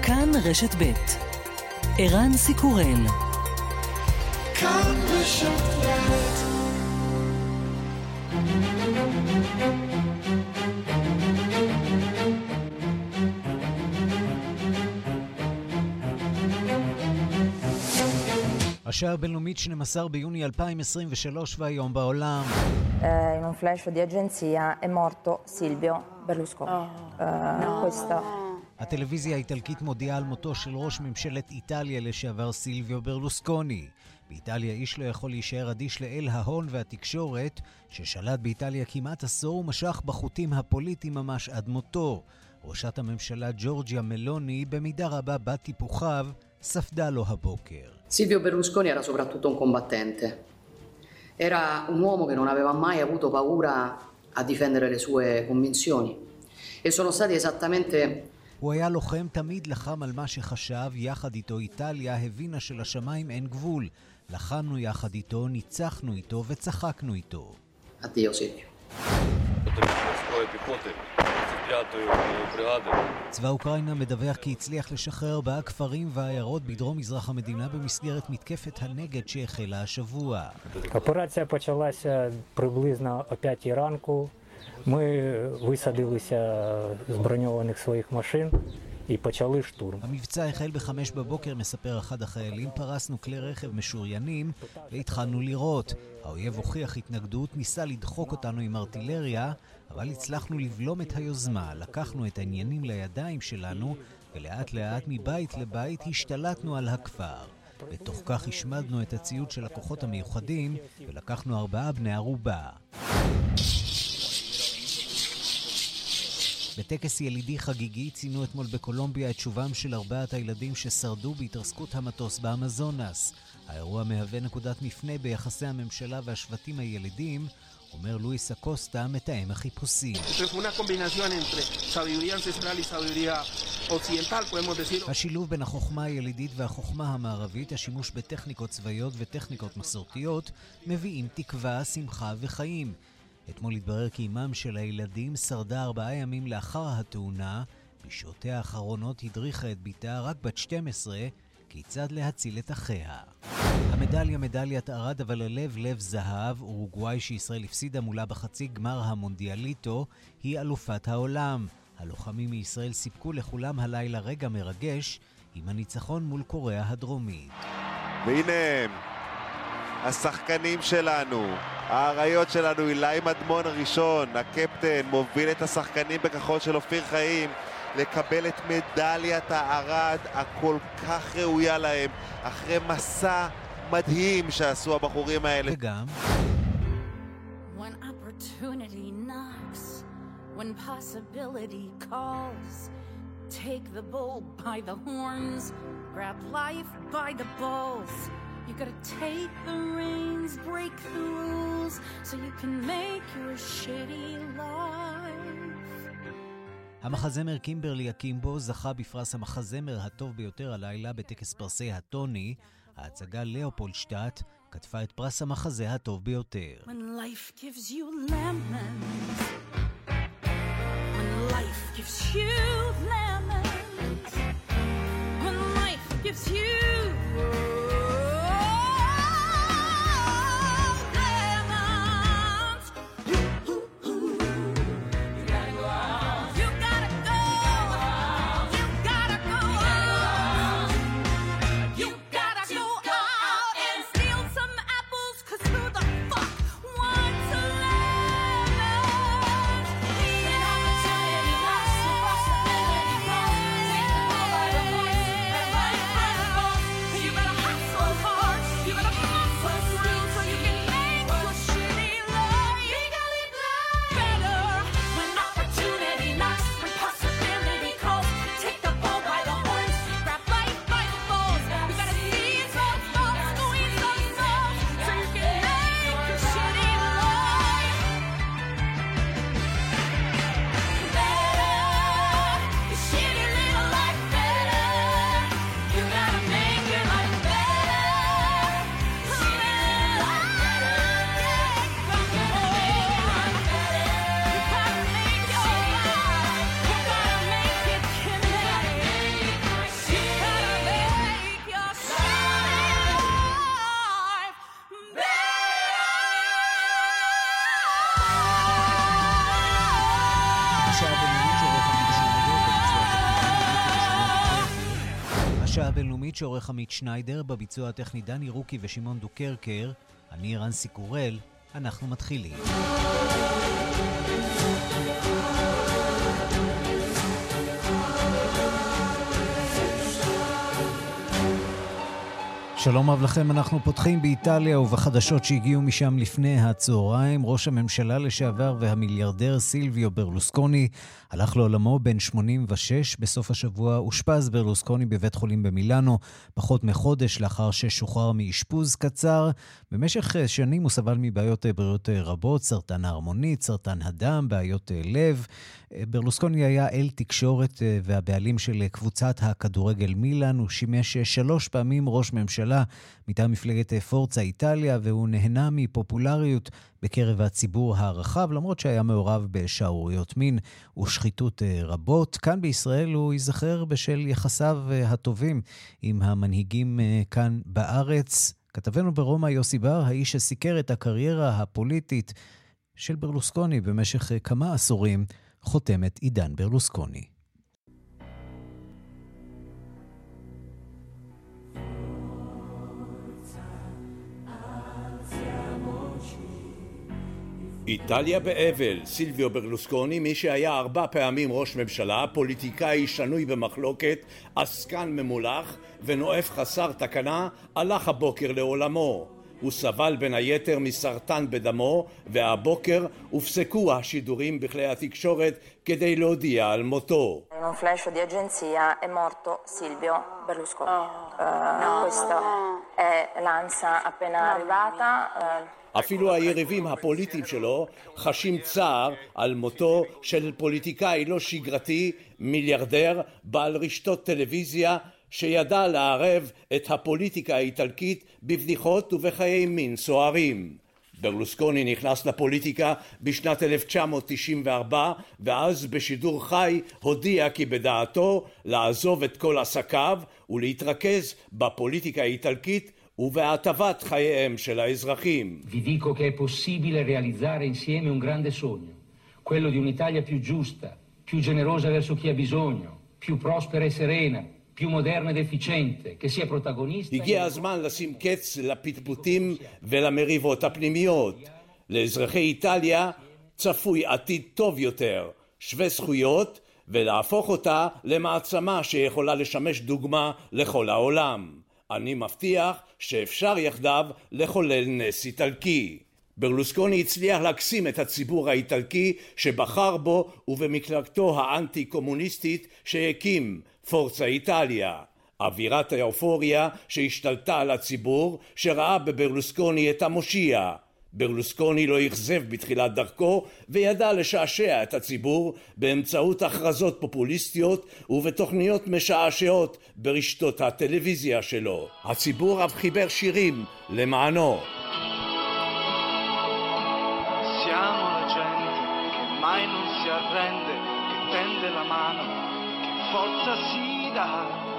כאן רשת ב' ערן סיקורל. כאן רשת ב'. השעה הבינלאומית 12 ביוני 2023 והיום בעולם. In un flash di agenzia è morto Silvio Berlusconi. Questa הטלוויזיה האיטלקית מודיעה על מותו של ראש ממשלת איטליה לשעבר סילביו ברלוסקוני. באיטליה איש לא יכול להישאר אדיש לאל ההון והתקשורת, ששלט באיטליה כמעט עשור ומשך בחוטים הפוליטיים ממש עד מותו. ראשת הממשלה ג'ורג'יה מלוני במידה רבה בת טיפוחיו ספדה לו הבוקר. Silvio Berlusconi era soprattutto un combattente. Era un uomo che non aveva mai avuto paura a difendere le sue convinzioni. E sono stati esattamente... הוא היה לוחם, תמיד לחם על מה שחשב, יחד איתו איטליה הבינה שלשמיים אין גבול. לחמנו יחד איתו, ניצחנו איתו וצחקנו איתו. Addio Silvio. צבא אוקראינה מדווח כי הצליח לשחרר 4 כפרים ועיירות בדרום מזרח המדינה במסגרת מתקפת הנגד שהחלה השבוע. Операція почалася приблизно о 5 ранку. Ми висадилися з броньованих своїх машин і почали штурм. המבצע החל ב-5 בבוקר, מספר אחד החיילים. פרסנו כלי רכב משוריינים והתחלנו לירות. האויב הוכיח התנגדות, ניסה לדחוק אותנו עם ארטילריה, אבל הצלחנו לבלום את היוזמה. לקחנו את העניינים לידיים שלנו ולאט לאט מבית לבית השתלטנו על הכפר. בתוך כך השמדנו את הציוד של הכוחות המיוחדים ולקחנו 4 בני ערובה. בטקס ילידי חגיגי ציינו אתמול בקולומביה את שובם של 4 הילדים ששרדו בהתרסקות המטוס באמזונס. האירוע מהווה נקודת מפנה ביחסי הממשלה והשבטים הילידים, אומר לואיס אקוסטה, מתאם החיפושים. השילוב בין החוכמה הילידית והחוכמה המערבית, השימוש בטכניקות צבאיות וטכניקות מסורתיות, מביאים תקווה, שמחה וחיים. אתמול התברר כי אמם של הילדים שרדה 4 ימים לאחר התאונה. בשעותיה האחרונות הדריכה את ביתה, רק בת 12, כיצד להציל את אחיה. המדליה מדליית ארד, אבל הלב לב זהב. אורוגוואי שישראל הפסידה מולה בחצי גמר המונדיאליטו היא אלופת העולם. הלוחמים מישראל סיפקו לכולם הלילה רגע מרגש עם הניצחון מול קוריאה הדרומית. והנה הם, השחקנים שלנו, האריות שלנו. אילי מדמון הראשון, הקפטן, מוביל את השחקנים בכחול של אופיר חיים לקבל את מדליית הארד הכל כך ראויה להם אחרי מסע מדהים שעשו הבחורים האלה. וגם When opportunity knocks, when possibility calls, take the bull by the horns, grab life by the balls. You gotta take the reins, break the rules, so you can make your shitty life. המחזמר קימברלי אקימבו זכה בפרס המחזמר הטוב ביותר הלילה בטקס פרסי הטוני. ההצגה לאופולדשטאט כתבה את פרס המחזה הטוב ביותר. When life gives you lemons, when life gives you lemons, when life gives you השעה הבינלאומית שעורך עמית שניידר, בביצוע הטכני דני רוקי ושמעון דוקרקר. אני רנסי קורל, אנחנו מתחילים. שלום רב לכם, אנחנו פותחים באיטליה ובחדשות שהגיעו משם לפני הצהריים. ראש הממשלה לשעבר והמיליארדר סילביו ברלוסקוני הלך לעולמו בן 86. בסוף השבוע אושפז ברלוסקוני בבית חולים במילאנו, פחות מחודש לאחר ששוחרר מאשפוז קצר. במשך שנים הוא סבל מבעיות בריאות רבות, סרטן ההרמונית, סרטן הדם, בעיות לב. ברלוסקוני היה אל תקשורת והבעלים של קבוצת הכדורגל מילאן. הוא שימש 3 פעמים ראש ממשלה מטעם מפלגת פורצה איטליה, והוא נהנה מפופולריות בקרב הציבור הרחב, למרות שהיה מעורב בשערוריות מין ושחיתות רבות. כאן בישראל הוא ייזכר בשל יחסיו הטובים עם המנהיגים כאן בארץ. כתבנו ברומא יוסי בר, האיש שסיקר את הקריירה הפוליטית של ברלוסקוני במשך כמה עשורים, חותמת עידן ברלוסקוני. איטליה באבל. סילביו ברלוסקוני, מי שהיה 4 פעמים ראש ממשלה, פוליטיקאי שנוי במחלוקת, עסקן ממולח ונואף חסר תקנה, הלך הבוקר לעולמו. הוא סבל בין היתר מסרטן בדמו, והבוקר הופסקו השידורים בכלי התקשורת כדי להודיע על מותו. In un flash di agenzia è morto Silvio Berlusconi. Questa è l'ANSA appena arrivata. אפילו היריבים הפוליטיים שלו חשים צער על מותו של פוליטיקאי לא שגרתי, מיליארדר, בעל רשתות טלוויזיה, שידע לערב את הפוליטיקה האיטלקית בבדיחות ובחיי מין סוערים. ברלוסקוני נכנס לפוליטיקה בשנת 1994, ואז בשידור חי הודיע כי בדעתו לעזוב את כל עסקיו ולהתרכז בפוליטיקה האיטלקית ובהטבת חייהם של האזרחים. Vi dico che è possibile realizzare insieme un grande sogno, quello di un'Italia più giusta, più generosa verso chi ha bisogno, più prospera e serena, più moderna ed efficiente, che sia protagonista. הגיע הזמן לשים קץ לפטפוטים ולמריבות הפנימיות. לאזרחי איטליה צפוי עתיד טוב יותר, שווה זכויות, ולהפוך אותה למעצמה שיכולה לשמש דוגמה לכל העולם. אני מבטיח שאפשר יחדיו לחולל נס איטלקי. ברלוסקוני הצליח להקסים את הציבור האיטלקי שבחר בו ובמפלגתו האנטי-קומוניסטית שהקים, פורצה איטליה. אווירת האופוריה שהשתלטה על הציבור שראה בברלוסקוני את המושיע. ברלוסקוני לא אכזב בתחילת דרכו וידע לשעשע את הציבור באמצעות הכרזות פופוליסטיות ובתוכניות משעשעות ברשתות הטלוויזיה שלו. הציבור אף חיבר שירים למענו. Siamo la gente che mai non si arrende, che tende la mano, che forza si dà.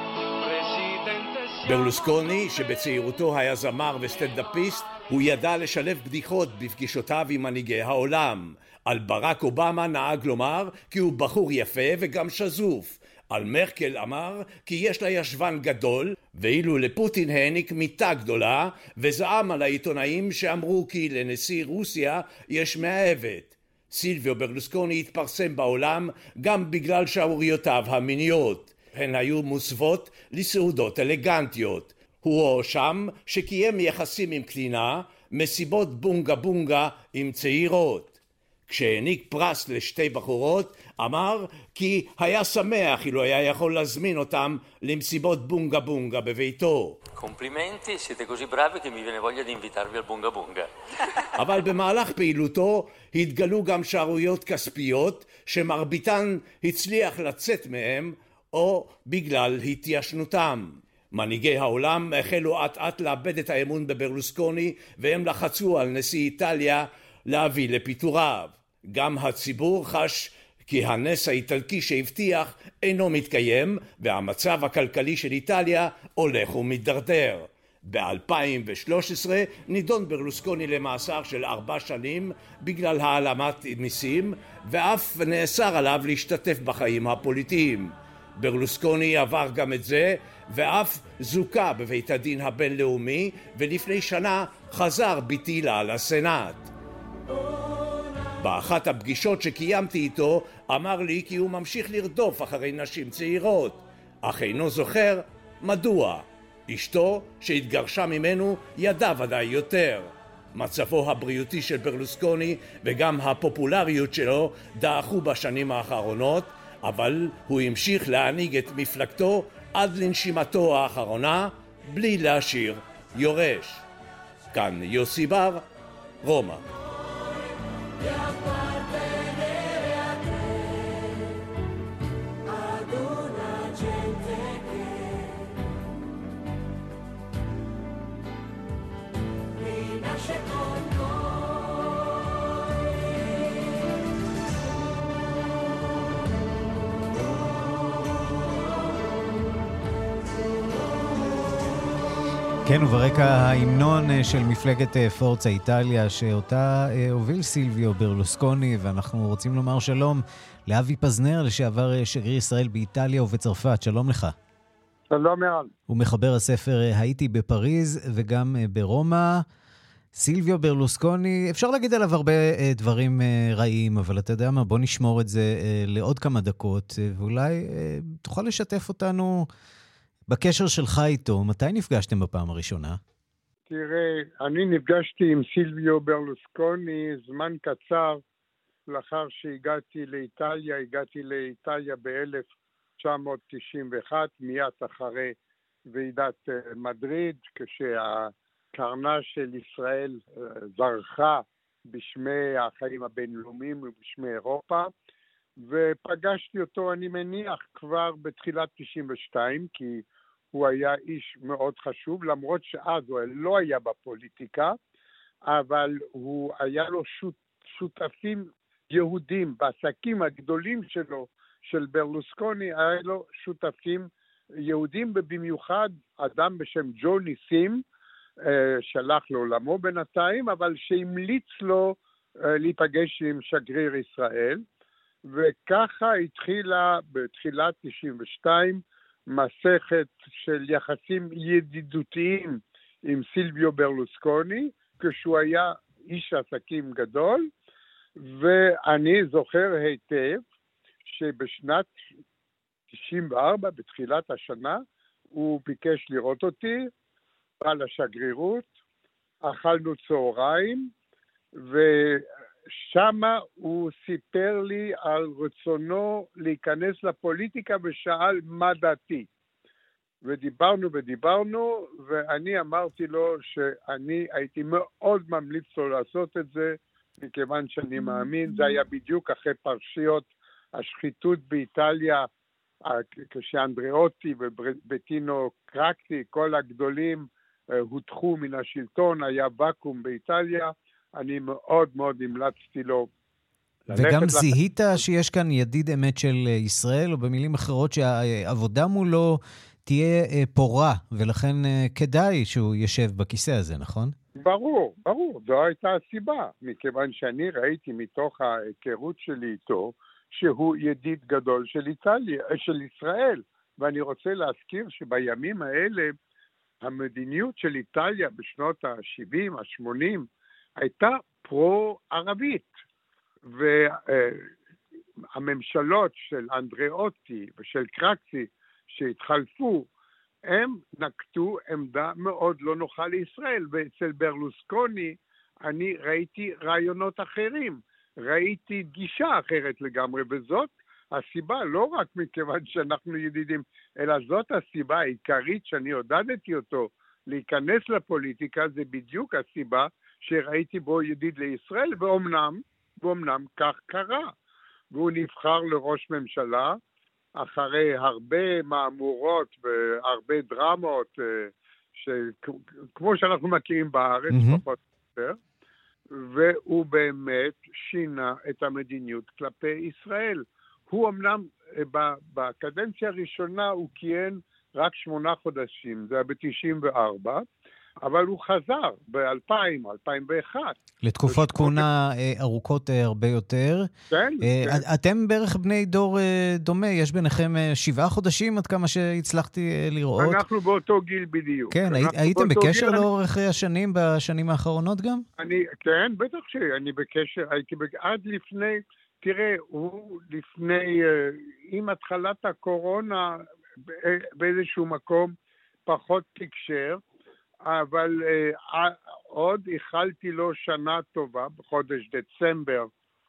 ברלוסקוני, שבצעירותו היה זמר וסטנדאפיסט, הוא ידע לשלב בדיחות בפגישותיו עם מנהיגי העולם. על ברק אובמה נהג לומר כי הוא בחור יפה וגם שזוף. על מרקל אמר כי יש לה ישבן גדול, ואילו לפוטין העניק מיטה גדולה, וזעם על העיתונאים שאמרו כי לנשיא רוסיה יש מאהבת. סילביו ברלוסקוני התפרסם בעולם גם בגלל שערוריותיו המיניות. הן היו מוסוות לסעודות אלגנטיות. הוא הואשם שקיים יחסים עם קטינה, מסיבות בונגה בונגה עם צעירות. כשהעניק פרס לשתי בחורות, אמר כי היה שמח אילו היה יכול להזמין אותם למסיבות בונגה בונגה בביתו. Complimenti, siete così bravi che mi viene voglia di invitarvi al bunga bunga. אבל במהלך פעילותו התגלו גם שערויות כספיות שמרביתן הצליח לצאת מהם או בגלל התיישנותם. מנהיגי העולם החלו אט לאבד את האמון בברלוסקוני, והם לחצו על נשיא איטליה להביא לפיטוריו. גם הציבור חש כי הנס האיטלקי שהבטיח אינו מתקיים, והמצב הכלכלי של איטליה הולך ומתדרדר. ב-2013 נידון ברלוסקוני למאסר של 4 שנים בגלל העלמת מיסים, ואף נאסר עליו להשתתף בחיים הפוליטיים. ברלוסקוני עבר גם את זה, ואף זוכה בבית הדין הבינלאומי, ולפני שנה חזר בתהילה לסנאט. באחת הפגישות שקיימתי איתו, אמר לי כי הוא ממשיך לרדוף אחרי נשים צעירות, אך אינו זוכר מדוע. אשתו, שהתגרשה ממנו, ידע ודאי יותר. מצבו הבריאותי של ברלוסקוני וגם הפופולריות שלו דעכו בשנים האחרונות, אבל הוא המשיך להנהיג את מפלגתו עד לנשימתו האחרונה, בלי להשאיר יורש. כאן יוסי בר, רומא. כן, וברקע ההמנון של מפלגת פורצה איטליה, שאותה הוביל סילביו ברלוסקוני, ואנחנו רוצים לומר שלום לאבי פזנר, לשעבר שגריר ישראל באיטליה ובצרפת. שלום לך. שלום מאוד. הוא מחבר הספר הייתי בפריז וגם ברומא. סילביו ברלוסקוני, אפשר להגיד עליו הרבה דברים רעים, אבל אתה יודע מה, בוא נשמור את זה לעוד כמה דקות, ואולי תוכל לשתף אותנו בקשר שלך איתו. מתי נפגשתם בפעם הראשונה? תראה, אני נפגשתי עם סילביו ברלוסקוני זמן קצר לאחר שהגעתי לאיטליה. הגעתי לאיטליה ב-1991, מיד אחרי ועידת מדריד, כשהקרנה של ישראל זרחה בשמי החיים הבינלאומיים ובשמי אירופה, ופגשתי אותו, אני מניח, כבר בתחילת 92, כי הוא היה איש מאוד חשוב, למרות שאז הוא לא היה בפוליטיקה, אבל הוא היה לו שותפים יהודים בעסקים הגדולים שלו, של ברלוסקוני, היה לו שותפים יהודים, ובמיוחד אדם בשם ג'ו ניסים, שלח לעולמו בינתיים, אבל שהמליץ לו להיפגש עם שגריר ישראל, וככה התחילה בתחילת 92 מסכת של יחסים ידידותיים עם סילביו ברלוסקוני, כשהוא היה איש עסקים גדול, ואני זוכר היטב שבשנת 94, בתחילת השנה, הוא ביקש לראות אותי, בא לשגרירות, אכלנו צהריים, ושמה הוא סיפר לי על רצונו להיכנס לפוליטיקה ושאל מה דעתי. ודיברנו, ואני אמרתי לו שאני הייתי מאוד ממליץ לו לעשות את זה, מכיוון שאני מאמין, זה היה בדיוק אחרי פרשיות השחיתות באיטליה, כשאנדריאוטי ובטינו קרקטי, כל הגדולים הודחו מן השלטון, היה ואקום באיטליה, אני מאוד מאוד המלצתי לו. וגם זיהית שיש כאן ידיד אמת של ישראל, או במילים אחרות שהעבודה מולו תהיה פורה, ולכן כדאי שהוא ישב בכיסא הזה, נכון? ברור, זו הייתה הסיבה, מכיוון שאני ראיתי מתוך ההיכרות שלי איתו, שהוא ידיד גדול של ישראל, ואני רוצה להזכיר שבימים האלה, המדיניות של איטליה בשנות ה-70, ה-80, הייתה פרו-ערבית, והממשלות של אנדריאוטי ושל קרקטי שהתחלפו, הם נקטו עמדה מאוד לא נוחה לישראל, ואצל ברלוסקוני אני ראיתי רעיונות אחרים, ראיתי גישה אחרת לגמרי, וזאת הסיבה, לא רק מכיוון שאנחנו ידידים, אלא זאת הסיבה העיקרית שאני עודדתי אותו להיכנס לפוליטיקה, זה בדיוק הסיבה שראיתי בו ידיד לישראל, ואומנם כך קרה. והוא נבחר לראש ממשלה, אחרי הרבה מאמורות והרבה דרמות, כמו שאנחנו מכירים בארץ, פחות או יותר, והוא באמת שינה את המדיניות כלפי ישראל. הוא אמנם בקדנציה הראשונה הוא כיהן רק 8 חודשים, זה היה ב-94, אבל הוא חזר ב-2000 או 2001. לתקופות כהונה ארוכות הרבה יותר. כן. אתם בערך בני דור דומה, יש ביניכם 7 חודשים עד כמה שהצלחתי לראות. אנחנו באותו גיל בדיוק. כן, הייתם בקשר לאורך השנים, בשנים האחרונות גם? כן, בטח שאני בקשר, עד לפני, תראה, הוא לפני, עם התחלת הקורונה, באיזשהו מקום פחות תקשר, אבל עוד איחלתי לו שנה טובה, בחודש דצמבר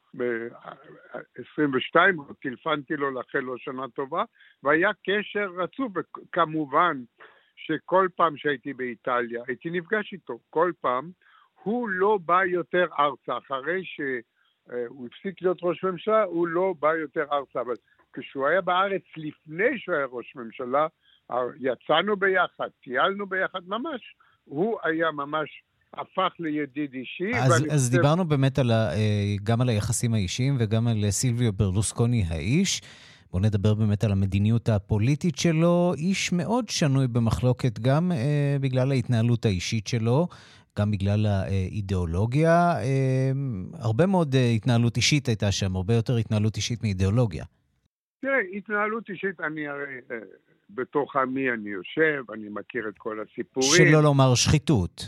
ב-22, טלפנתי לו לאחל לו שנה טובה, והיה קשר רצוף, וכמובן שכל פעם שהייתי באיטליה, הייתי נפגש איתו, כל פעם, הוא לא בא יותר ארצה, אחרי שהוא הפסיק להיות ראש ממשלה, הוא לא בא יותר ארצה, אבל כשהוא היה בארץ לפני שהוא היה ראש ממשלה, יצאנו ביחד, טיילנו ביחד, ממש, הוא היה ממש הפך לידיד אישי. אז דיברנו באמת גם על היחסים האישיים וגם על סילביו ברלוסקוני האיש. בואו נדבר באמת על המדיניות הפוליטית שלו. איש מאוד שנוי במחלוקת גם בגלל ההתנהלות האישית שלו, גם בגלל האידיאולוגיה. הרבה מאוד התנהלות אישית הייתה שם, הרבה יותר התנהלות אישית מאידיאולוגיה. תראה, התנהלות אישית, אני הרי בתוך עמי אני יושב, אני מכיר את כל הסיפורים. שלא לומר שחיתות.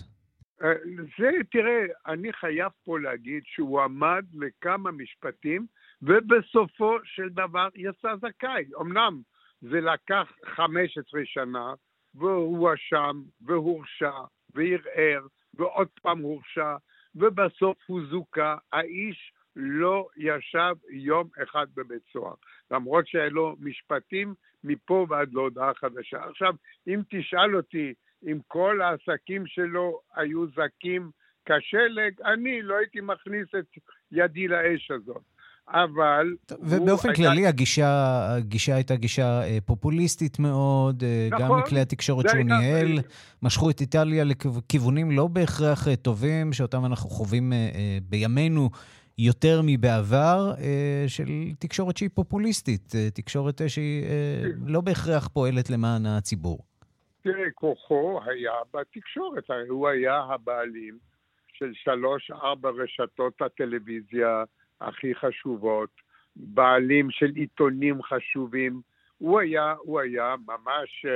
זה, תראה, אני חייב פה להגיד שהוא עמד לכמה משפטים, ובסופו של דבר יצא זכאי. אמנם זה לקח 15 שנה, והוא הואשם, והורשע, וערער, ועוד פעם הורשע, ובסוף הוא זוכה. האיש לא ישב יום אחד בבית סוהר, למרות שהיה לו משפטים מפה ועד להודעה חדשה. עכשיו, אם תשאל אותי, אם כל העסקים שלו היו זקים כשלג, אני לא הייתי מכניס את ידי לאש הזאת. אבל... ובאופן כללי הגישה הייתה גישה פופוליסטית מאוד, גם מכלי התקשורת שהוא ניהל, משכו את איטליה לכיוונים לא בהכרח טובים, שאותם אנחנו חווים בימינו יותר מבעבר, של תקשורת שהיא פופוליסטית, תקשורת שהיא לא בהכרח פועלת למען הציבור. תראה, כוחו היה בתקשורת, הוא היה הבעלים של 3-4 רשתות הטלוויזיה הכי חשובות, בעלים של עיתונים חשובים, הוא היה ממש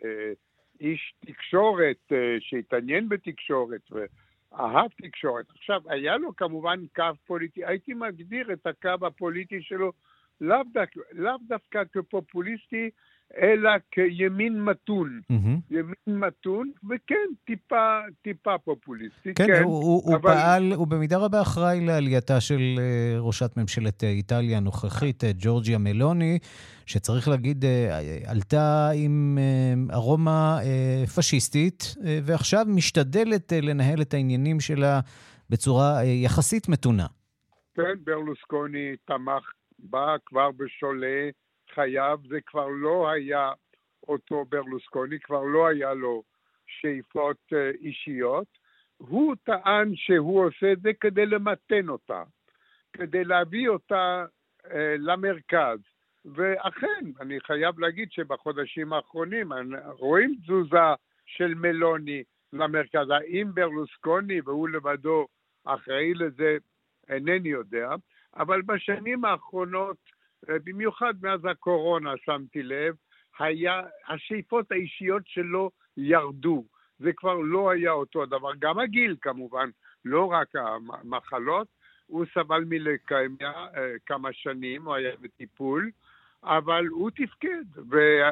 איש תקשורת שהתעניין בתקשורת ואהב תקשורת. עכשיו, היה לו כמובן קו פוליטי, הייתי מגדיר את הקו הפוליטי שלו לאו דווקא כפופוליסטי, אלא כימין מתון. ימין מתון, וכן, טיפה פופוליסטי. כן, הוא במידה רבה אחראי לעלייתה של ראשת ממשלת איטליה הנוכחית, ג'ורג'יה מלוני, שצריך להגיד, עלתה עם ארומה פשיסטית, ועכשיו משתדלת לנהל את העניינים שלה בצורה יחסית מתונה. כן, ברלוסקוני תמך בה כבר בשולי חייו, זה כבר לא היה אותו ברלוסקוני, כבר לא היה לו שאיפות אישיות. הוא טען שהוא עושה את זה כדי למתן אותה, כדי להביא אותה למרכז. ואכן, אני חייב להגיד שבחודשים האחרונים רואים תזוזה של מלוני למרכז. האם ברלוסקוני והוא לבדו אחראי לזה, אינני יודע, אבל בשנים האחרונות, במיוחד מאז הקורונה, שמתי לב, השאיפות האישיות שלו ירדו. זה כבר לא היה אותו הדבר. גם הגיל כמובן, לא רק המחלות. הוא סבל מלקמיה כמה שנים, הוא היה בטיפול, אבל הוא תפקד,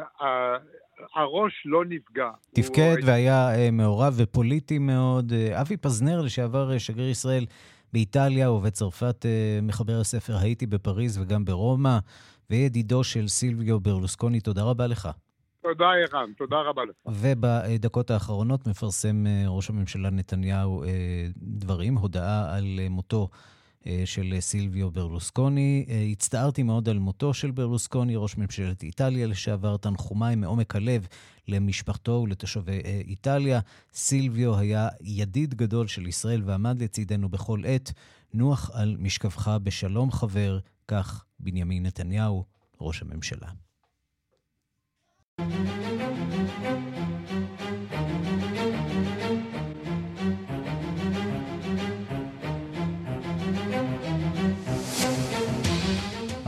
והראש לא נפגע. תפקד והיה מעורב ופוליטי מאוד. אבי פזנר, לשעבר שגריר ישראל באיטליה ובצרפת, מחבר הספר הייתי בפריז וגם ברומא, וידידו של סילביו ברלוסקוני. תודה רבה לך. תודה ערן, תודה רבה לך. ובדקות האחרונות מפרסם ראש הממשלה נתניהו דברים, הודעה על מותו של סילביו ברלוסקוני. הצטערתי מאוד על מותו של ברלוסקוני, ראש ממשלת איטליה לשעבר. תנחומיי מעומק הלב למשפחתו ולתושבי איטליה. סילביו היה ידיד גדול של ישראל ועמד לצידנו בכל עת. נוח על משכבך בשלום חבר, כך בנימין נתניהו, ראש הממשלה.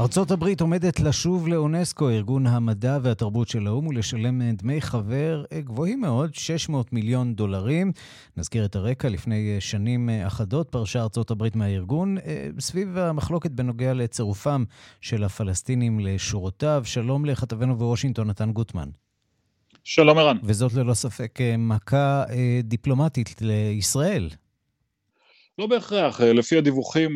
ארצות הברית עומדת לשוב לאונסקו, ארגון המדע והתרבות של האו"ם, ולשלם דמי חבר גבוהים מאוד, $600 מיליון. נזכיר את הרקע, לפני שנים אחדות פרשה ארצות הברית מהארגון, סביב המחלוקת בנוגע לצירופם של הפלסטינים לשורותיו. שלום לכתבנו בוושינגטון, נתן גוטמן. שלום ערן. וזאת ללא ספק מכה דיפלומטית לישראל. לא בהכרח, לפי הדיווחים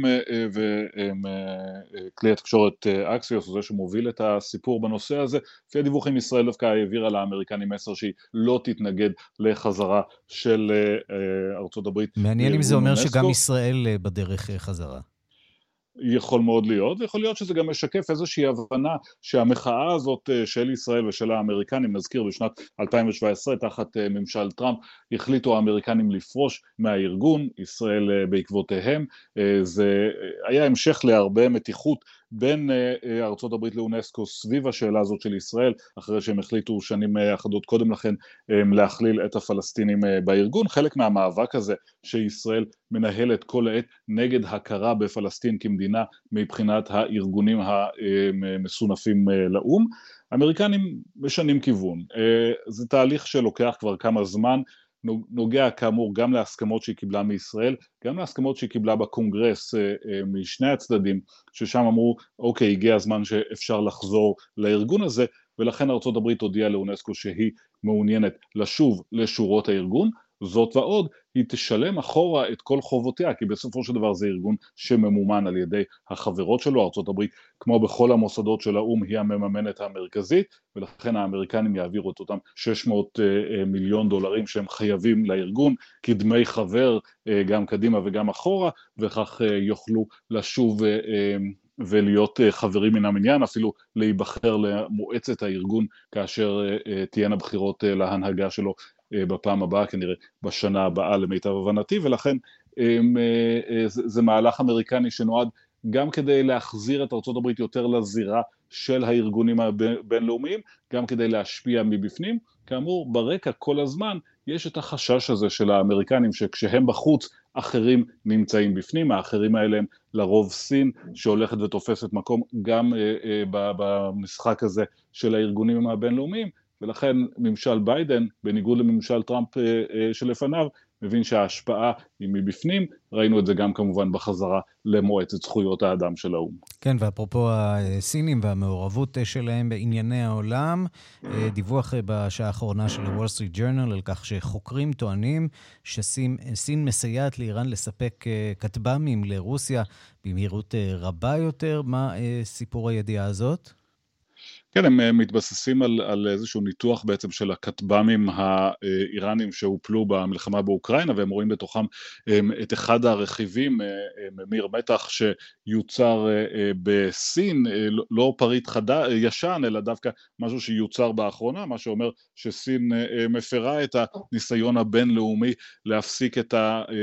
וכלי התקשורת אקסיוס, זה שמוביל את הסיפור בנושא הזה, לפי הדיווחים ישראל דווקא העבירה לאמריקנים מסר שהיא לא תתנגד לחזרה של ארצות הברית. מעניין אם זה אומר שגם ישראל בדרך חזרה. יכול מאוד להיות, ויכול להיות שזה גם משקף איזושהי הבנה שהמחאה הזאת של ישראל ושל האמריקנים, נזכיר בשנת 2017 תחת ממשל טראמפ, החליטו האמריקנים לפרוש מהארגון, ישראל בעקבותיהם. זה היה המשך להרבה מתיחות בין ארצות הברית לאונסקו סביב השאלה הזאת של ישראל, אחרי שהם החליטו שנים אחדות קודם לכן להכליל את הפלסטינים בארגון. חלק מהמאבק הזה שישראל מנהלת כל העת נגד הכרה בפלסטין כמדינה מבחינת הארגונים המסונפים לאום. האמריקנים משנים כיוון, זה תהליך שלוקח כבר כמה זמן, נוגע כאמור גם להסכמות שהיא קיבלה מישראל, גם להסכמות שהיא קיבלה בקונגרס משני הצדדים, ששם אמרו, אוקיי, הגיע הזמן שאפשר לחזור לארגון הזה, ולכן ארצות הברית הודיעה לאונסקו שהיא מעוניינת לשוב לשורות הארגון. זאת ועוד, היא תשלם אחורה את כל חובותיה, כי בסופו של דבר זה ארגון שממומן על ידי החברות שלו. ארצות הברית, כמו בכל המוסדות של האו"ם, היא המממנת המרכזית, ולכן האמריקנים יעבירו את אותם $600 מיליון שהם חייבים לארגון, כדמי חבר גם קדימה וגם אחורה, וכך יוכלו לשוב ולהיות חברים מן המניין, אפילו להיבחר למועצת הארגון, כאשר תהיינה בחירות להנהגה שלו בפעם הבאה, כנראה בשנה הבאה למיטב הבנתי, ולכן זה מהלך אמריקני שנועד גם כדי להחזיר את ארצות הברית יותר לזירה של הארגונים הבינלאומיים, גם כדי להשפיע מבפנים. כאמור, ברקע כל הזמן יש את החשש הזה של האמריקנים, שכשהם בחוץ אחרים נמצאים בפנים, האחרים האלה הם לרוב סין, שהולכת ותופסת מקום גם במשחק הזה של הארגונים הבינלאומיים, ולכן ממשל ביידן, בניגוד לממשל טראמפ שלפניו, מבין שההשפעה היא מבפנים. ראינו את זה גם כמובן בחזרה למועצת זכויות האדם של האו"ם. כן, ואפרופו הסינים והמעורבות שלהם בענייני העולם, דיווח בשעה האחרונה של הוול סטריט ג'ורנל על כך שחוקרים טוענים שסין מסייעת לאיראן לספק כטב"מים לרוסיה במהירות רבה יותר. מה סיפור הידיעה הזאת? כן, הם מתבססים על איזשהו ניתוח בעצם של הכטב"מים האיראנים שהופלו במלחמה באוקראינה, והם רואים בתוכם את אחד הרכיבים, ממיר מתח, שיוצר בסין, לא פריט ישן, אלא דווקא משהו שיוצר באחרונה, מה שאומר שסין מפרה את הניסיון הבינלאומי להפסיק את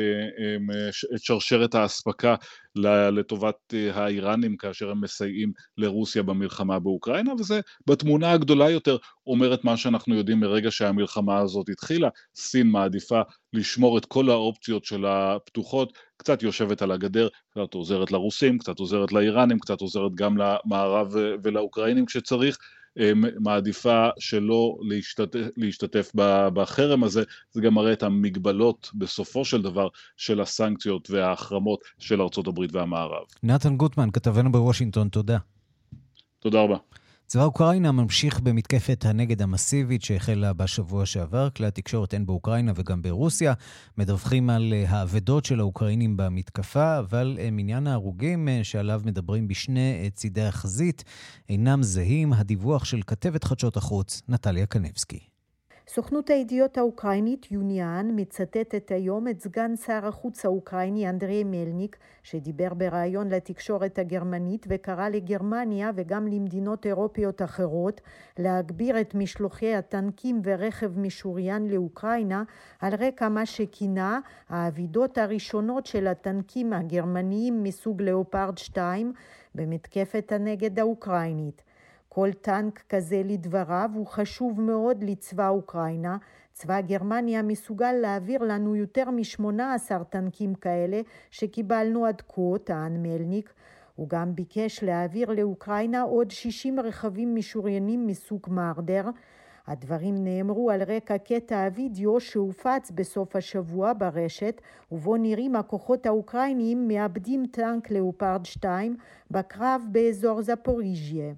שרשרת ההספקה לטובת האיראנים כאשר הם מסייעים לרוסיה במלחמה באוקראינה, וזה בתמונה הגדולה יותר אומר את מה שאנחנו יודעים מרגע שהמלחמה הזאת התחילה. סין מעדיפה לשמור את כל האופציות שלה פתוחות, קצת יושבת על הגדר, קצת עוזרת לרוסים, קצת עוזרת לאיראנים, קצת עוזרת גם למערב ולאוקראינים כשצריך, מעדיפה שלא להשתתף בחרם הזה. זה גם מראה את המגבלות בסופו של דבר של הסנקציות וההחרמות של ארצות הברית והמערב. נתן גוטמן, כתבנו בוושינגטון, תודה. תודה רבה. צבא אוקראינה ממשיך במתקפת הנגד המסיבית שהחלה בשבוע שעבר. כלי התקשורת הן באוקראינה וגם ברוסיה מדווחים על האבדות של האוקראינים במתקפה, אבל מניין ההרוגים שעליו מדברים בשני צידי החזית אינם זהים. הדיווח של כתבת חדשות החוץ נטליה קנבסקי. סוכנות הידיעות האוקראינית יוניאן מצטטת היום את סגן שר החוץ האוקראיני אנדרי מלניק, שדיבר בראיון לתקשורת הגרמנית וקרא לגרמניה וגם למדינות אירופיות אחרות להגביר את משלוחי הטנקים ורכב משוריין לאוקראינה, על רקע מה שכינה האבדות הראשונות של הטנקים הגרמניים מסוג לאופרד 2 במתקפת הנגד האוקראינית. כל טנק כזה לדבריו הוא חשוב מאוד לצבא אוקראינה. צבא גרמניה מסוגל להעביר לנו יותר מ-18 טנקים כאלה שקיבלנו עד כה, טען מלניק. הוא גם ביקש להעביר לאוקראינה עוד 60 רכבים משוריינים מסוג מרדר. הדברים נאמרו על רקע קטע הוידאו שהופץ בסוף השבוע ברשת, ובו נראים הכוחות האוקראיניים מאבדים טנק לאופרד 2 בקרב באזור זפוריז'יה.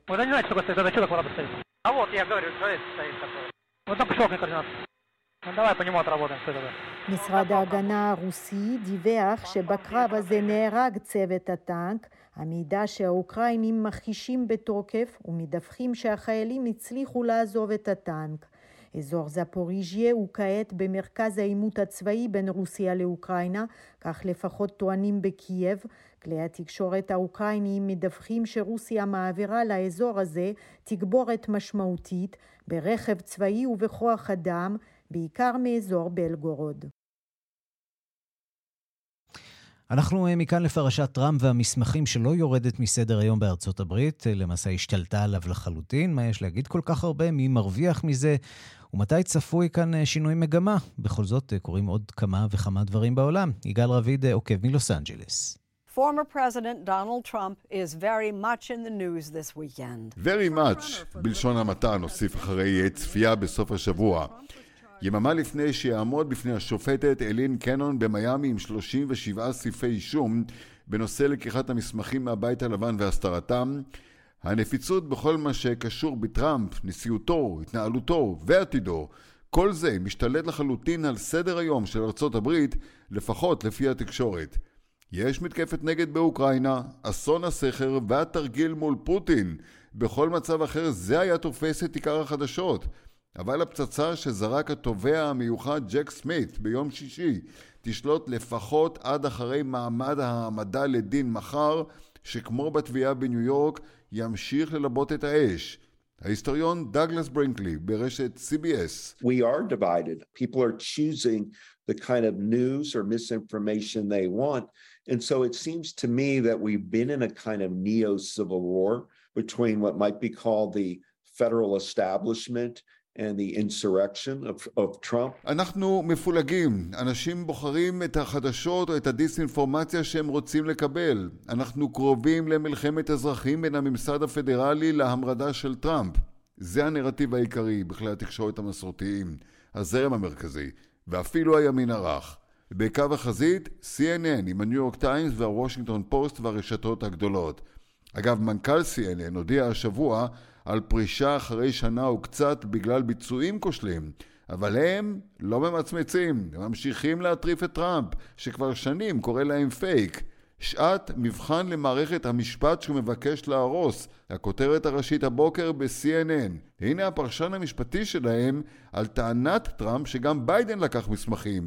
משרד ההגנה הרוסי דיווח שבקרב הזה נהרג צוות הטנק. המידע שהאוקראינים מכחישים בתוקף ומדווחים שהחיילים הצליחו לעזוב את הטנק. אזור זפוריז'יה הוא כעת במרכז העימות הצבאי בין רוסיה לאוקראינה, כך לפחות טוענים בקייב. כלי התקשורת האוקראיניים מדווחים שרוסיה מעבירה לאזור הזה תגבורת משמעותית ברכב צבאי ובכוח אדם, בעיקר מאזור בלגורוד. אנחנו מכאן לפרשת טראמפ והמסמכים שלא יורדת מסדר היום בארצות הברית, למעשה השתלטה עליו לחלוטין. מה יש להגיד כל כך הרבה? מי מרוויח מזה? ומתי צפוי כאן שינוי מגמה? בכל זאת קוראים עוד כמה וכמה דברים בעולם. יגאל רביד עוקב מלוס אנג'לס. Former President Donald Trump is very much in the news this weekend. Very much, בלשון המעטה, נוסיף אחרי צפייה בסוף השבוע. יממה לפני שיעמוד בפני השופטת אלין קנון במיימי עם 37 סעיפי אישום בנושא לקיחת המסמכים מהבית הלבן והסתרתם, הנפיצות בכל מה שקשור בטראמפ, נשיאותו, התנהלותו ועתידו, כל זה משתלט לחלוטין על סדר היום של ארצות הברית, לפחות לפי התקשורת. יש מתקפת נגד באוקראינה, אסון הסכר והתרגיל מול פוטין. בכל מצב אחר זה היה תופס את עיקר החדשות. אבל הפצצה שזרק התובע המיוחד ג'ק סמית ביום שישי תשלוט לפחות עד אחרי מעמד העמדה לדין מחר, שכמו בתביעה בניו יורק ימשיך ללבות את האש. ההיסטוריון דאגלס ברינקלי ברשת CBS. We are divided. People are choosing the kind of news or misinformation they want. And so it seems to me that we've been in a kind of neo-civil war between what might be called the federal establishment and the insurrection of Trump. אנחנו מפולגים. אנשים בוחרים את החדשות או את הדיסאינפורמציה שהם רוצים לקבל. אנחנו קרובים למלחמת אזרחים בין הממסד הפדרלי להמרדה של טראמפ. זה הנרטיב העיקרי בכלי התקשורת המסורתיים, הזרם המרכזי, ואפילו הימין הרך. בקו החזית, CNN עם הניו יורק טיימס והוושינגטון פוסט והרשתות הגדולות. אגב, מנכ"ל CNN הודיע השבוע על פרישה אחרי שנה וקצת בגלל ביצועים כושלים, אבל הם לא ממצמצים, הם ממשיכים להטריף את טראמפ, שכבר שנים קורא להם פייק. שעת מבחן למערכת המשפט שהוא מבקש להרוס, הכותרת הראשית הבוקר ב-CNN. הנה הפרשן המשפטי שלהם על טענת טראמפ שגם ביידן לקח מסמכים,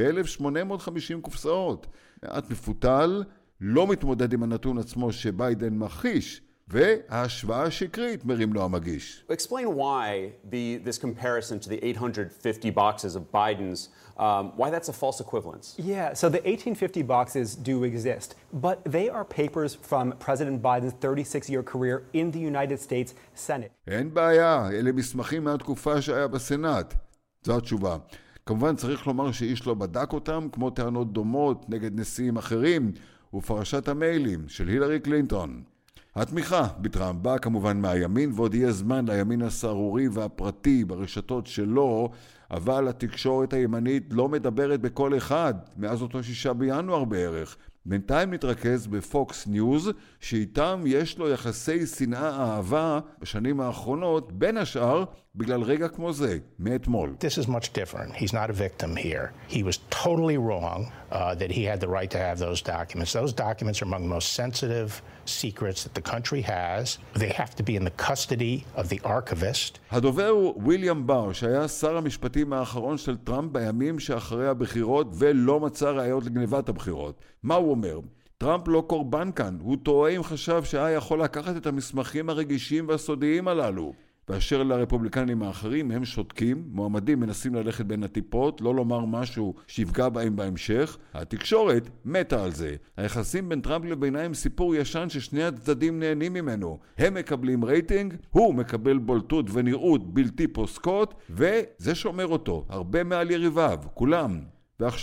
ב-1850 קופסאות. מעט מפותל, לא מתמודד עם הנתון עצמו שביידן מכחיש, וההשוואה השקרית מרים לו המגיש. Explain why this comparison to the 850 boxes of Biden's, why that's a false equivalence. Yeah, so the 1850 boxes do exist, but they are papers from President Biden's 36-year career in the United States Senate. אין בעיה, אלה מסמכים מהתקופה שהיה בסנאט. זו התשובה. כמובן צריך לומר שאיש לא בדק אותם, כמו טענות דומות נגד נשיאים אחרים, ופרשת המיילים של הילרי קלינטון. התמיכה בטראמפ באה כמובן מהימין, ועוד יהיה זמן לימין הסערורי והפרטי ברשתות שלו, אבל התקשורת הימנית לא מדברת בכל אחד, מאז אותו 6 בינואר בערך. בינתיים נתרכז בפוקס ניוז, שאיתם יש לו יחסי שנאה אהבה בשנים האחרונות, בין השאר בגלל רגע כמו זה, מאתמול. This is much different. He's not a victim here. He was totally wrong that he had the right to have those documents. Those documents are among the most sensitive secrets that the country has. They have to be in the custody of the archivist. הדובר הוא וויליאם בר, שהיה שר המשפטים האחרון של טראמפ בימים שאחרי הבחירות, ולא מצא ראיות לגניבת הבחירות. מה הוא אומר? טראמפ לא קורבן כאן. הוא טועה אם חשב שהיה יכול לקחת את המסמכים הרגישים והסודיים הללו. באשר לרפובליקנים האחרים, הם שותקים, מועמדים מנסים ללכת בין הטיפות, לא לומר משהו שיפגע בהם בהמשך. התקשורת מתה על זה. היחסים בין טראמפ לבינם סיפור ישן ששני הצדדים נהנים ממנו. הם מקבלים רייטינג, הוא מקבל בולטות ונראות בלתי פוסקות, וזה שומר אותו, הרבה מעל יריביו, כולם. ועכשיו,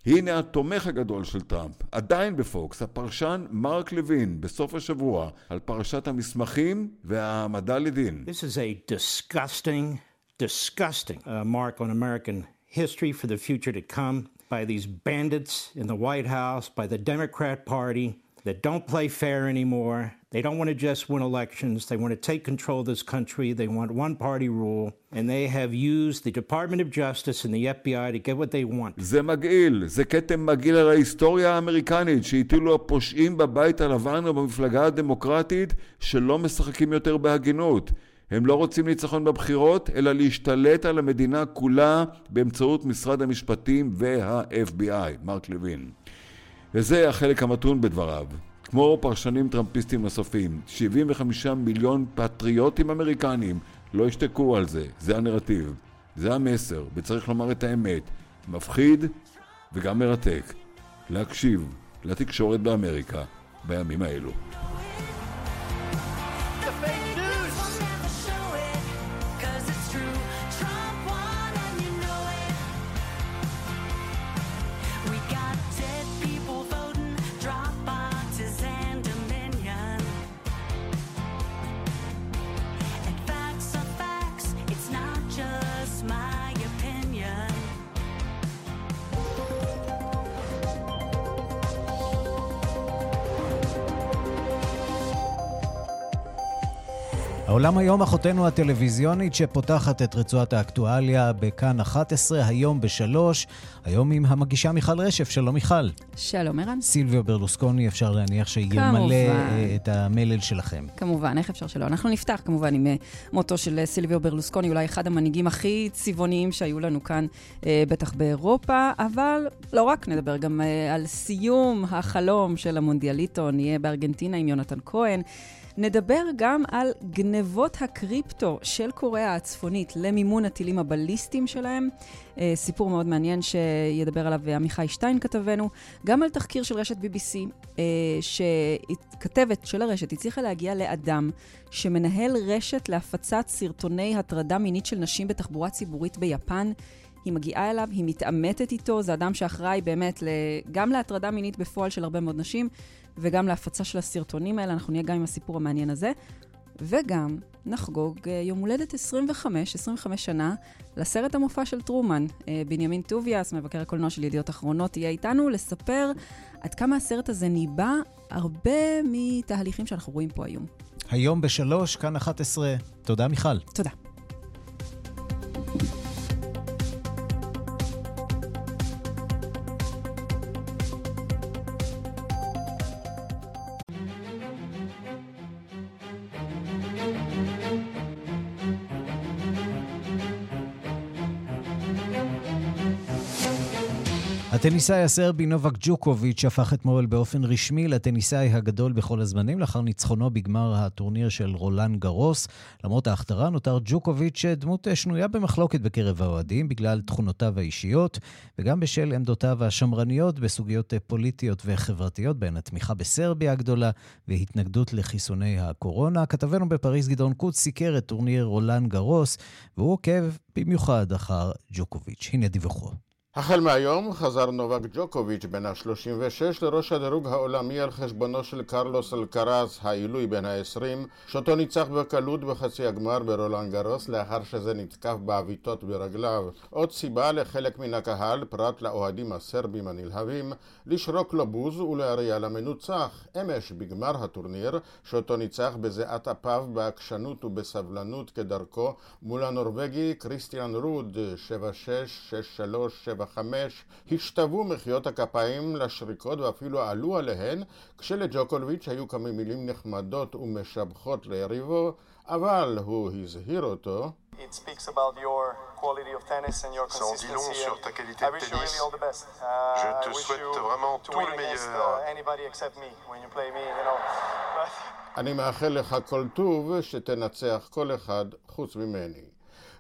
הנה התומך הגדול של טראמפ, עדיין בפוקס, הפרשן מרק לוין, בסוף השבוע, על פרשת המסמכים והעמדה לדין. This is a disgusting mark on American history for the future to come by these bandits in the White House, by the Democrat Party that don't play fair anymore. They don't want to just win elections. They want to take control of this country. They want one-party rule. And they have used the Department of Justice and the FBI to get what they want. זה מגעיל. זה כתם מגעיל על ההיסטוריה האמריקנית שהטילו הפושעים בבית הלבן ובמפלגה הדמוקרטית שלא משחקים יותר בהגינות. הם לא רוצים ניצחון בבחירות, אלא להשתלט על המדינה כולה באמצעות משרד המשפטים וה-FBI, מרק לוין. וזה החלק המתון בדבריו. כמו פרשנים טראמפיסטים נוספים, 75 מיליון פטריוטים אמריקנים לא השתקעו על זה. זה הנרטיב, זה המסר, וצריך לומר את האמת. מפחיד וגם מרתק. להקשיב לתקשורת באמריקה בימים האלו. העולם היום, אחותנו הטלוויזיונית שפותחת את רצועת האקטואליה בכאן 11, היום ב3, היום עם המגישה מיכל רשף. שלום מיכל. שלום ערן. סילביו ברלוסקוני, אפשר להניח שימלא את המלל שלכם. כמובן, איך אפשר שלא. אנחנו נפתח כמובן עם מותו של סילביו ברלוסקוני, אולי אחד המנהיגים הכי צבעוניים שהיו לנו כאן, בטח באירופה, אבל לא רק, נדבר גם על סיום החלום של המונדיאליטו, נהיה בארגנטינה עם יונתן כהן, נדבר גם על גנבות הקריפטו של קוריאה הצפונית למימון הטילים הבליסטיים שלהם. סיפור מאוד מעניין שידבר עליו עמיחי שטיין כתבנו. גם על תחקיר של רשת BBC, שכתבת של הרשת הצליחה להגיע לאדם שמנהל רשת להפצת סרטוני הטרדה מינית של נשים בתחבורה ציבורית ביפן. היא מגיעה אליו, היא מתאמתת איתו, זה אדם שאחראי באמת גם להטרדה מינית בפועל של הרבה מאוד נשים, וגם להפצה של הסרטונים האלה. אנחנו נהיה גם עם הסיפור המעניין הזה, וגם נחגוג יום הולדת 25 שנה לסרט המופע של טרומן. בנימין טוביאס, מבקר הקולנוע של ידיעות אחרונות, יהיה איתנו לספר עד כמה הסרט הזה ניבא הרבה מתהליכים שאנחנו רואים פה היום. היום ב3, כאן 11. תודה מיכל. תודה. הטניסאי הסרבי נובק ג'וקוביץ' הפך אתמול באופן רשמי לטניסאי הגדול בכל הזמנים, לאחר ניצחונו בגמר הטורניר של רולאן גרוס. למרות ההכתרה נותר ג'וקוביץ' דמות שנויה במחלוקת בקרב האוהדים בגלל תכונותיו האישיות, וגם בשל עמדותיו השמרניות בסוגיות פוליטיות וחברתיות, בהן התמיכה בסרביה הגדולה והתנגדות לחיסוני הקורונה. כתבנו בפריז גדעון קוץ סיקר את טורניר רולאן גרוס, והוא עוקב במיוחד אחר ג'וקוביץ'. הנה דיווחו. החל מהיום חזר נובק ג'וקוביץ' בן ה-36 לראש הדירוג העולמי על חשבונו של קרלוס אלקרז, העילוי בן ה-20, שאותו ניצח בקלות בחצי הגמר ברולאן גרוס לאחר שזה נתקף בעביתות ברגליו. עוד סיבה לחלק מן הקהל, פרט לאוהדים הסרבים הנלהבים, לשרוק לו בוז ולהריע למנוצח. אמש בגמר הטורניר, שאותו ניצח בזיעת אפיו בעקשנות ובסבלנות כדרכו, מול הנורווגי קריסטיאן רוד 7-6, 6-3, 7-5, השתוו מחיאות הכפיים לשריקות ואפילו עלו עליהן, כשלג'וקוביץ' היו כמה מילים נחמדות ומשבחות ליריבו, אבל הוא הזהיר אותו. It speaks about your quality of tennis and your consistency. Ça en dit long sur ta qualité I de wish you really tennis. all the best. Je te souhaite vraiment tout le meilleur. Anybody except me when you play me, you know. אני מאחל לך כל טוב, שתנצח כל אחד חוץ ממני.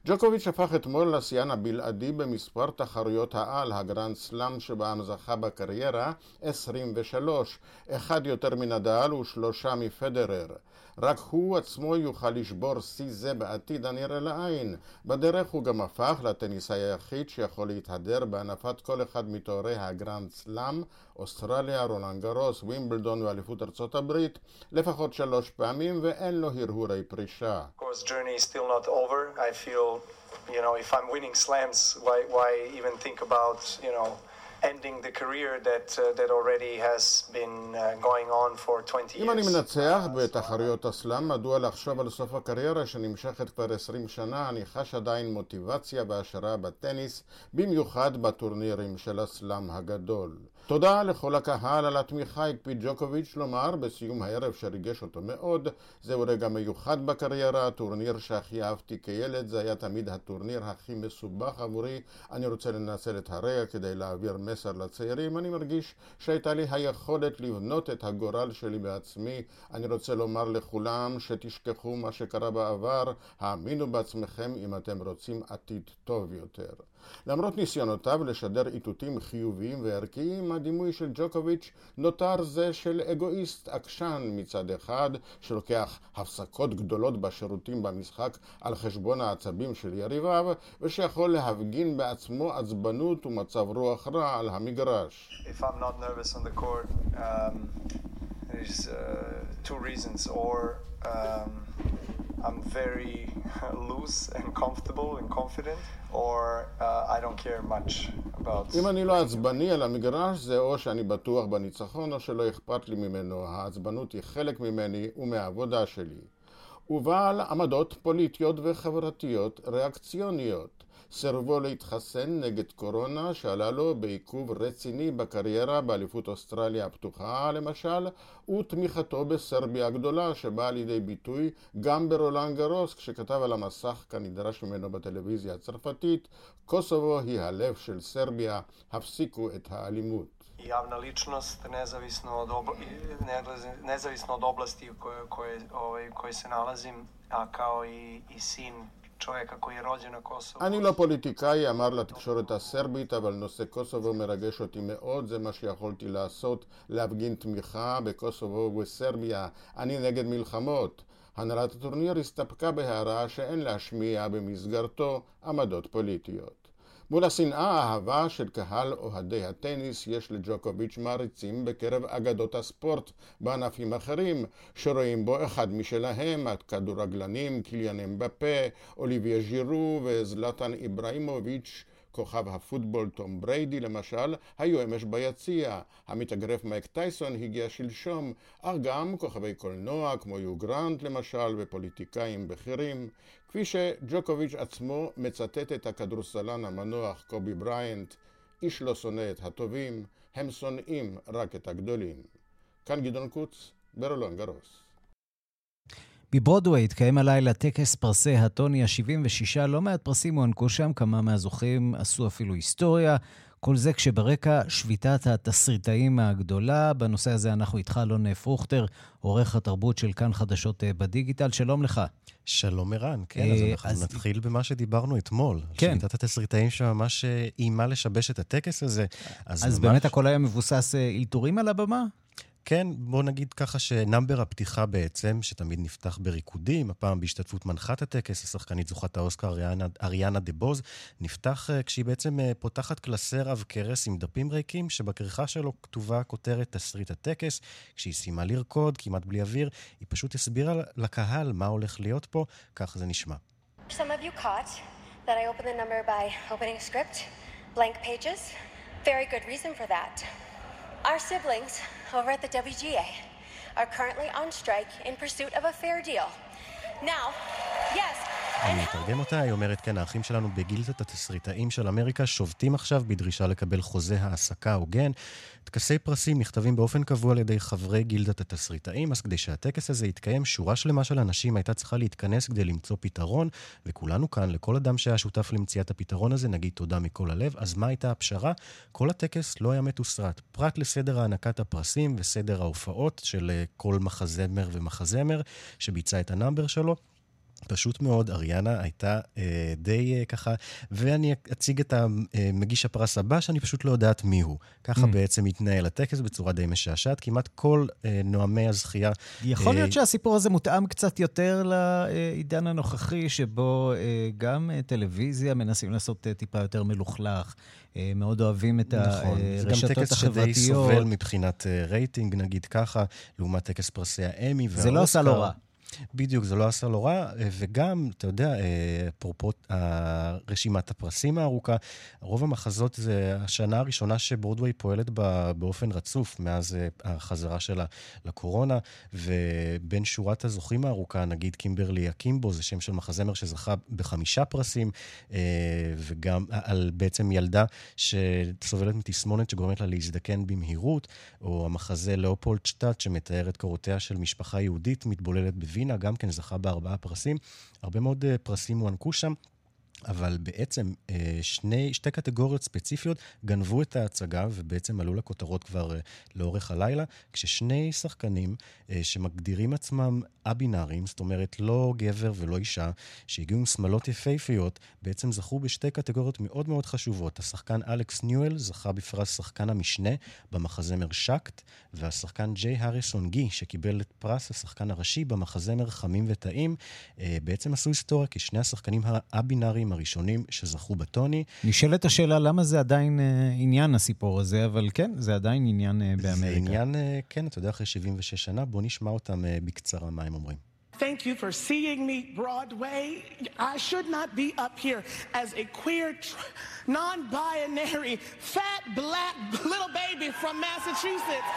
ג'וקוביץ' הפך אתמול לשיאן הבלעדי במספר תחרויות העל, הגרנד סלאם שבהם זכה בקריירה 23, אחד יותר מנדל ו3 מפדרר. רק הוא עצמו יוכל לשבור שיא זה בעתיד הנראה לעין. בדרך הוא גם הפך לטניסאי היחיד שיכול להתהדר בהנפת כל אחד מתוארי הגרנד סלאם, אוסטרליה, רולאן גארוס, וימבלדון ואליפות ארצות הברית, לפחות 3 פעמים, ואין לו הרהורי פרישה. Of course, journey is still not over. I feel, if I'm winning slams, why even think about, ending the career that already has been going on for 20 years. אם אני מנצח בתחרויות הסלאם, מדוע לחשוב על סוף הקריירה שנמשכת כבר 20 שנה? אני חש עדיין מוטיבציה והשראה בטניס, במיוחד בטורנירים של הסלאם הגדול. תודה לכל הקהל על התמיכה, הקפיד ג'וקוביץ' לומר בסיום הערב שריגש אותו מאוד. זהו רגע מיוחד בקריירה, הטורניר שהכי אהבתי כילד, זה היה תמיד הטורניר הכי מסובך עבורי. אני רוצה לנצל את הרגע כדי להעביר מסר לצעירים. אני מרגיש שהייתה לי היכולת לבנות את הגורל שלי בעצמי. אני רוצה לומר לכולם שתשכחו מה שקרה בעבר, האמינו בעצמכם אם אתם רוצים עתיד טוב יותר. למרות ניסיונותיו לשדר איתותים חיוביים וערכיים, הדימוי של ג'וקוביץ' נותר זה של אגואיסט עקשן מצד אחד, שלוקח הפסקות גדולות בשירותים במשחק על חשבון העצבים של יריביו, ושיכול להפגין בעצמו עצבנות ומצב רוח רע על המגרש. If I'm not nervous on the court, there's 2 reasons. Or I'm very loose and comfortable and confident, or I don't care much about... אם אני לא עצבני על המגרש, זה או שאני בטוח בניצחון או שלא אכפת לי ממנו. העצבנות היא חלק ממני ומהעבודה שלי. ובעל עמדות פוליטיות וחברתיות ריאקציוניות. סרבו להתחסן נגד קורונה שעלה לו בעיכוב רציני בקריירה באליפות אוסטרליה הפתוחה למשל, ותמיכתו בסרביה הגדולה שבאה לידי ביטוי גם ברולאן גארוס כשכתב על המסך כנדרש ממנו בטלוויזיה הצרפתית, קוסובו היא הלב של סרביה, הפסיקו את האלימות. Javna ličnost, nezavisno od oblasti koje se nalazim, a kao i sin čovjeka koji je rođen na Kosovo. אני לא פוליטיקאי, אמר לתקשורת הסרבית, אבל נושא קוסובו מרגש אותי מאוד, זה מה שיכולתי לעשות, להפגין תמיכה בקוסובו ובסרביה. אני נגד מלחמות. הנהלת הטורניר הסתפקה בהערה שאין להשמיע במסגרתו עמדות פוליטיות. מול השנאה האהבה של קהל אוהדי הטניס, יש לג'וקוביץ' מעריצים בקרב אגדות הספורט בענפים אחרים, שרואים בו אחד משלהם, הכדורגלנים קיליאן אמבפה, אוליביה ז'ירו וזלטן איברהימוביץ'. כוכב הפוטבול תום בריידי למשל היו אמש ביציע. המתאגרף מייק טייסון הגיע שלשום, אך גם כוכבי קולנוע כמו יו גרנט למשל ופוליטיקאים בכירים. כפי שג'וקוביץ' עצמו מצטט את הכדורסלן המנוח קובי בריינט, איש לא שונא את הטובים, הם שונאים רק את הגדולים. כאן גדעון קוץ, ברולאן גארוס. בברודווי התקיים הלילה טקס פרסי הטוני ה-76, לא מעט פרסים הוענקו שם, כמה מהזוכים עשו אפילו היסטוריה, כל זה כשברקע שביתת התסריטאים הגדולה. בנושא הזה אנחנו איתך אלון פרוכטר, עורך התרבות של כאן חדשות בדיגיטל, שלום לך. שלום ערן, כן, אז אנחנו נתחיל במה שדיברנו אתמול, כן. שביתת התסריטאים שממש אימה לשבש את הטקס הזה. אז באמת הכל היה מבוסס אלתורים על הבמה? כן, בוא נגיד ככה שנאמבר הפתיחה בעצם, שתמיד נפתח בריקודים, הפעם בהשתתפות מנחת הטקס, השחקנית זוכת האוסקר אריאנה דבוז, נפתח כשהיא בעצם פותחת קלסר עב כרס עם דפים ריקים, שבכריכה שלו כתובה כותרת תסריט הטקס. כשהיא סיימה לרקוד, כמעט בלי אוויר, היא פשוט הסבירה לקהל מה הולך להיות פה, כך זה נשמע. Some of you caught that I opened the number by opening a script, blank pages. Very good reason for that. Our siblings over at the WGA are currently on strike in pursuit of a fair deal. Now, yes. אני אתרגם אותה, היא אומרת, כן, האחים שלנו בגילדת התסריטאים של אמריקה שובתים עכשיו בדרישה לקבל חוזה העסקה הוגן. טקסי פרסים נכתבים באופן קבוע על ידי חברי גילדת התסריטאים, אז כדי שהטקס הזה יתקיים, שורה שלמה של אנשים הייתה צריכה להתכנס כדי למצוא פתרון, וכולנו כאן, לכל אדם שהיה שותף למציאת הפתרון הזה, נגיד תודה מכל הלב. אז מה הייתה הפשרה? כל הטקס לא היה מתוסרט, פרט לסדר הענקת הפרסים וסדר ההופעות של כל מחזמר ומחזמר שביצע את הנאמבר שלו. פשוט מאוד, אריאנה הייתה די ככה, ואני אציג את מגיש הפרס הבא, שאני פשוט לא יודעת מי הוא. ככה בעצם התנהל הטקס בצורה די משעשעת, כמעט כל נואמי הזכייה. יכול להיות שהסיפור הזה מותאם קצת יותר לעידן הנוכחי, שבו גם טלוויזיה מנסים לעשות טיפה יותר מלוכלך, מאוד אוהבים את הרשתות החברתיות. זה גם טקס שדי סובל מבחינת רייטינג, נגיד ככה, לעומת טקס פרסי האמי והאוסקר. זה לא עשה לא רע. בדיוק, זה לא עשה לא רע, וגם, אתה יודע, פרופות רשימת הפרסים הארוכה, רוב המחזות זה השנה הראשונה שברודווי פועלת באופן רצוף, מאז החזרה שלה לקורונה, ובין שורת הזוכים הארוכה, נגיד קימברלי הקימבו, זה שם של מחזמר שזכה ב5 פרסים, וגם על בעצם ילדה שסובלת מתסמונת שגורמת לה להזדקן במהירות, או המחזה לאופולדשטאט שמתאר את קורותיה של משפחה יהודית מתבוללת בווינה, גם כן זכה ב4 פרסים. הרבה מאוד פרסים הוענקו שם, אבל בעצם שתי קטגוריות ספציפיות גנבו את ההצגה, ובעצם עלו לכותרות כבר לאורך הלילה, כששני שחקנים שמגדירים עצמם הבינאריים, זאת אומרת לא גבר ולא אישה, שהגיעו עם שמלות יפהפיות, בעצם זכו בשתי קטגוריות מאוד מאוד חשובות. השחקן אלכס ניואל זכה בפרס שחקן המשנה במחזמר שקט, והשחקן ג'יי הריסון גי, שקיבל את פרס השחקן הראשי במחזמר חמים וטעים, בעצם עשו היסטוריה, כי שני השחקנים הבינאריים הראשונים שזכו בטוני. נשאלת השאלה למה זה עדיין עניין הסיפור הזה, אבל כן, זה עדיין עניין באמריקה. זה עניין, כן, אתה יודע, אחרי 76 שנה, בוא נשמע אותם בקצרה מה הם אומרים. Thank you for seeing me, Broadway. I should not be up here as a queer, non-binary, fat, black little baby from Massachusetts.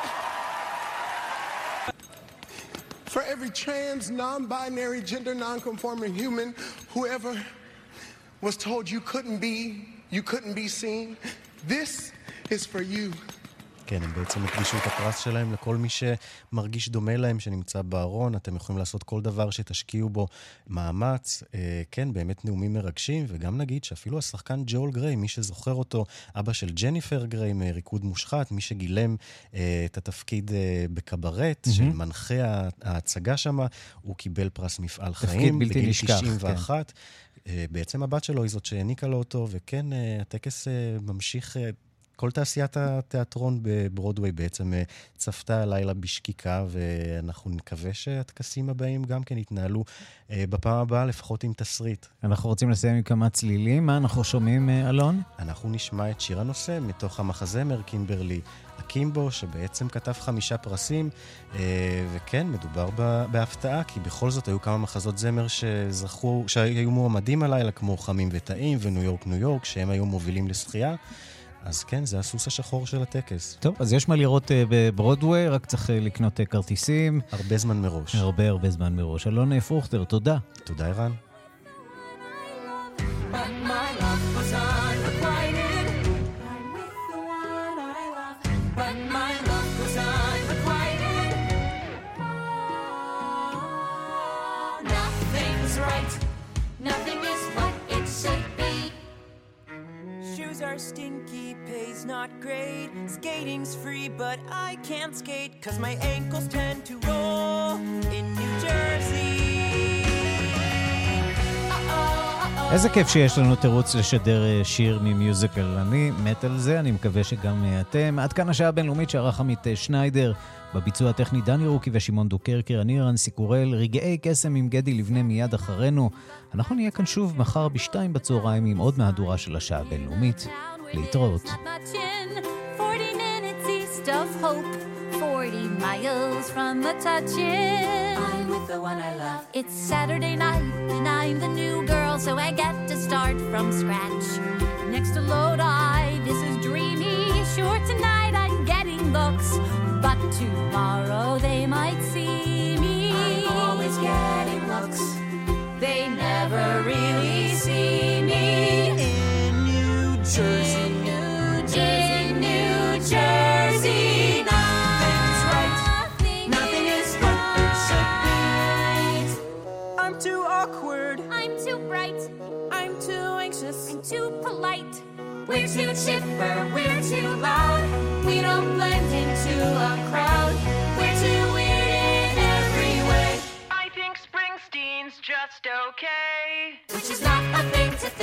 For every trans, non-binary, gender non-conforming human, whoever was told you couldn't be seen, this is for you. כן, הם בעצם הקדישו את הפרס שלהם לכל מי שמרגיש דומה להם, שנמצא בארון. אתם יכולים לעשות כל דבר שתשקיעו בו מאמץ. כן, באמת נאומים מרגשים, וגם נגיד שאפילו השחקן ג'ול גריי, מי שזוכר אותו, אבא של ג'ניפר גריי מריקוד מושחת, מי שגילם את התפקיד בקברט, של מנחה ההצגה שמה, הוא קיבל פרס מפעל חיים בגיל 91. בעצם הבת שלו היא זאת שהעניקה לו אותו, וכן, הטקס ממשיך... כל תעשיית התיאטרון בברודווי בעצם צפתה הלילה בשקיקה, ואנחנו נקווה שהטקסים הבאים גם כן יתנהלו בפעם הבאה, לפחות עם תסריט. אנחנו רוצים לסיים עם כמה צלילים. מה אנחנו שומעים, אלון? אנחנו נשמע את שיר הנושא מתוך המחזמר קימברלי הקימבו, שבעצם כתב 5 פרסים, וכן, מדובר בהפתעה, כי בכל זאת היו כמה מחזות זמר שזכו, שהיו מועמדים הלילה, כמו חמים וטעים וניו יורק ניו יורק, שהם היו מובילים לשחייה. אז כן, זה הסוס השחור של הטקס. טוב, אז יש מה לראות בברודווי, רק צריך לקנות כרטיסים. הרבה זמן מראש. הרבה זמן מראש. אלון פרוכטר, תודה. תודה, ערן. Are stinky, pay's not great. Skating's free, but I can't skate 'cause my ankles tend to roll in New Jersey. איזה כיף שיש לנו תירוץ לשדר שיר ממיוזיקל. אני מת על זה, אני מקווה שגם אתם. עד כאן השעה הבינלאומית שערך עמית שניידר, בביצוע הטכני דני רוקי ושימון דוקרקר. אני רן סיקורל, רגעי קסם עם גדי לבנה מיד אחרינו. אנחנו נהיה כאן שוב מחר ב2 בצהריים עם עוד מהדורה של השעה הבינלאומית. להתראות. 40 minutes east of Hope, 40 miles from the touch-in. I'm with the one I love. It's Saturday night and I'm the new girl, so I get to start from scratch. Next to Lodi, this is dreamy. Sure, tonight I'm getting looks, but tomorrow they might see me. I'm always getting looks. They never really see me. In New Jersey. In New Jersey. Nothing's right. Nothing is what they should be. I'm too awkward. I'm too bright. I'm too anxious. I'm too polite. We're too chipper. We're too loud. We don't blend into a crowd. We're too weird in every way. I think Springsteen's just just okay. Which is not a thing to think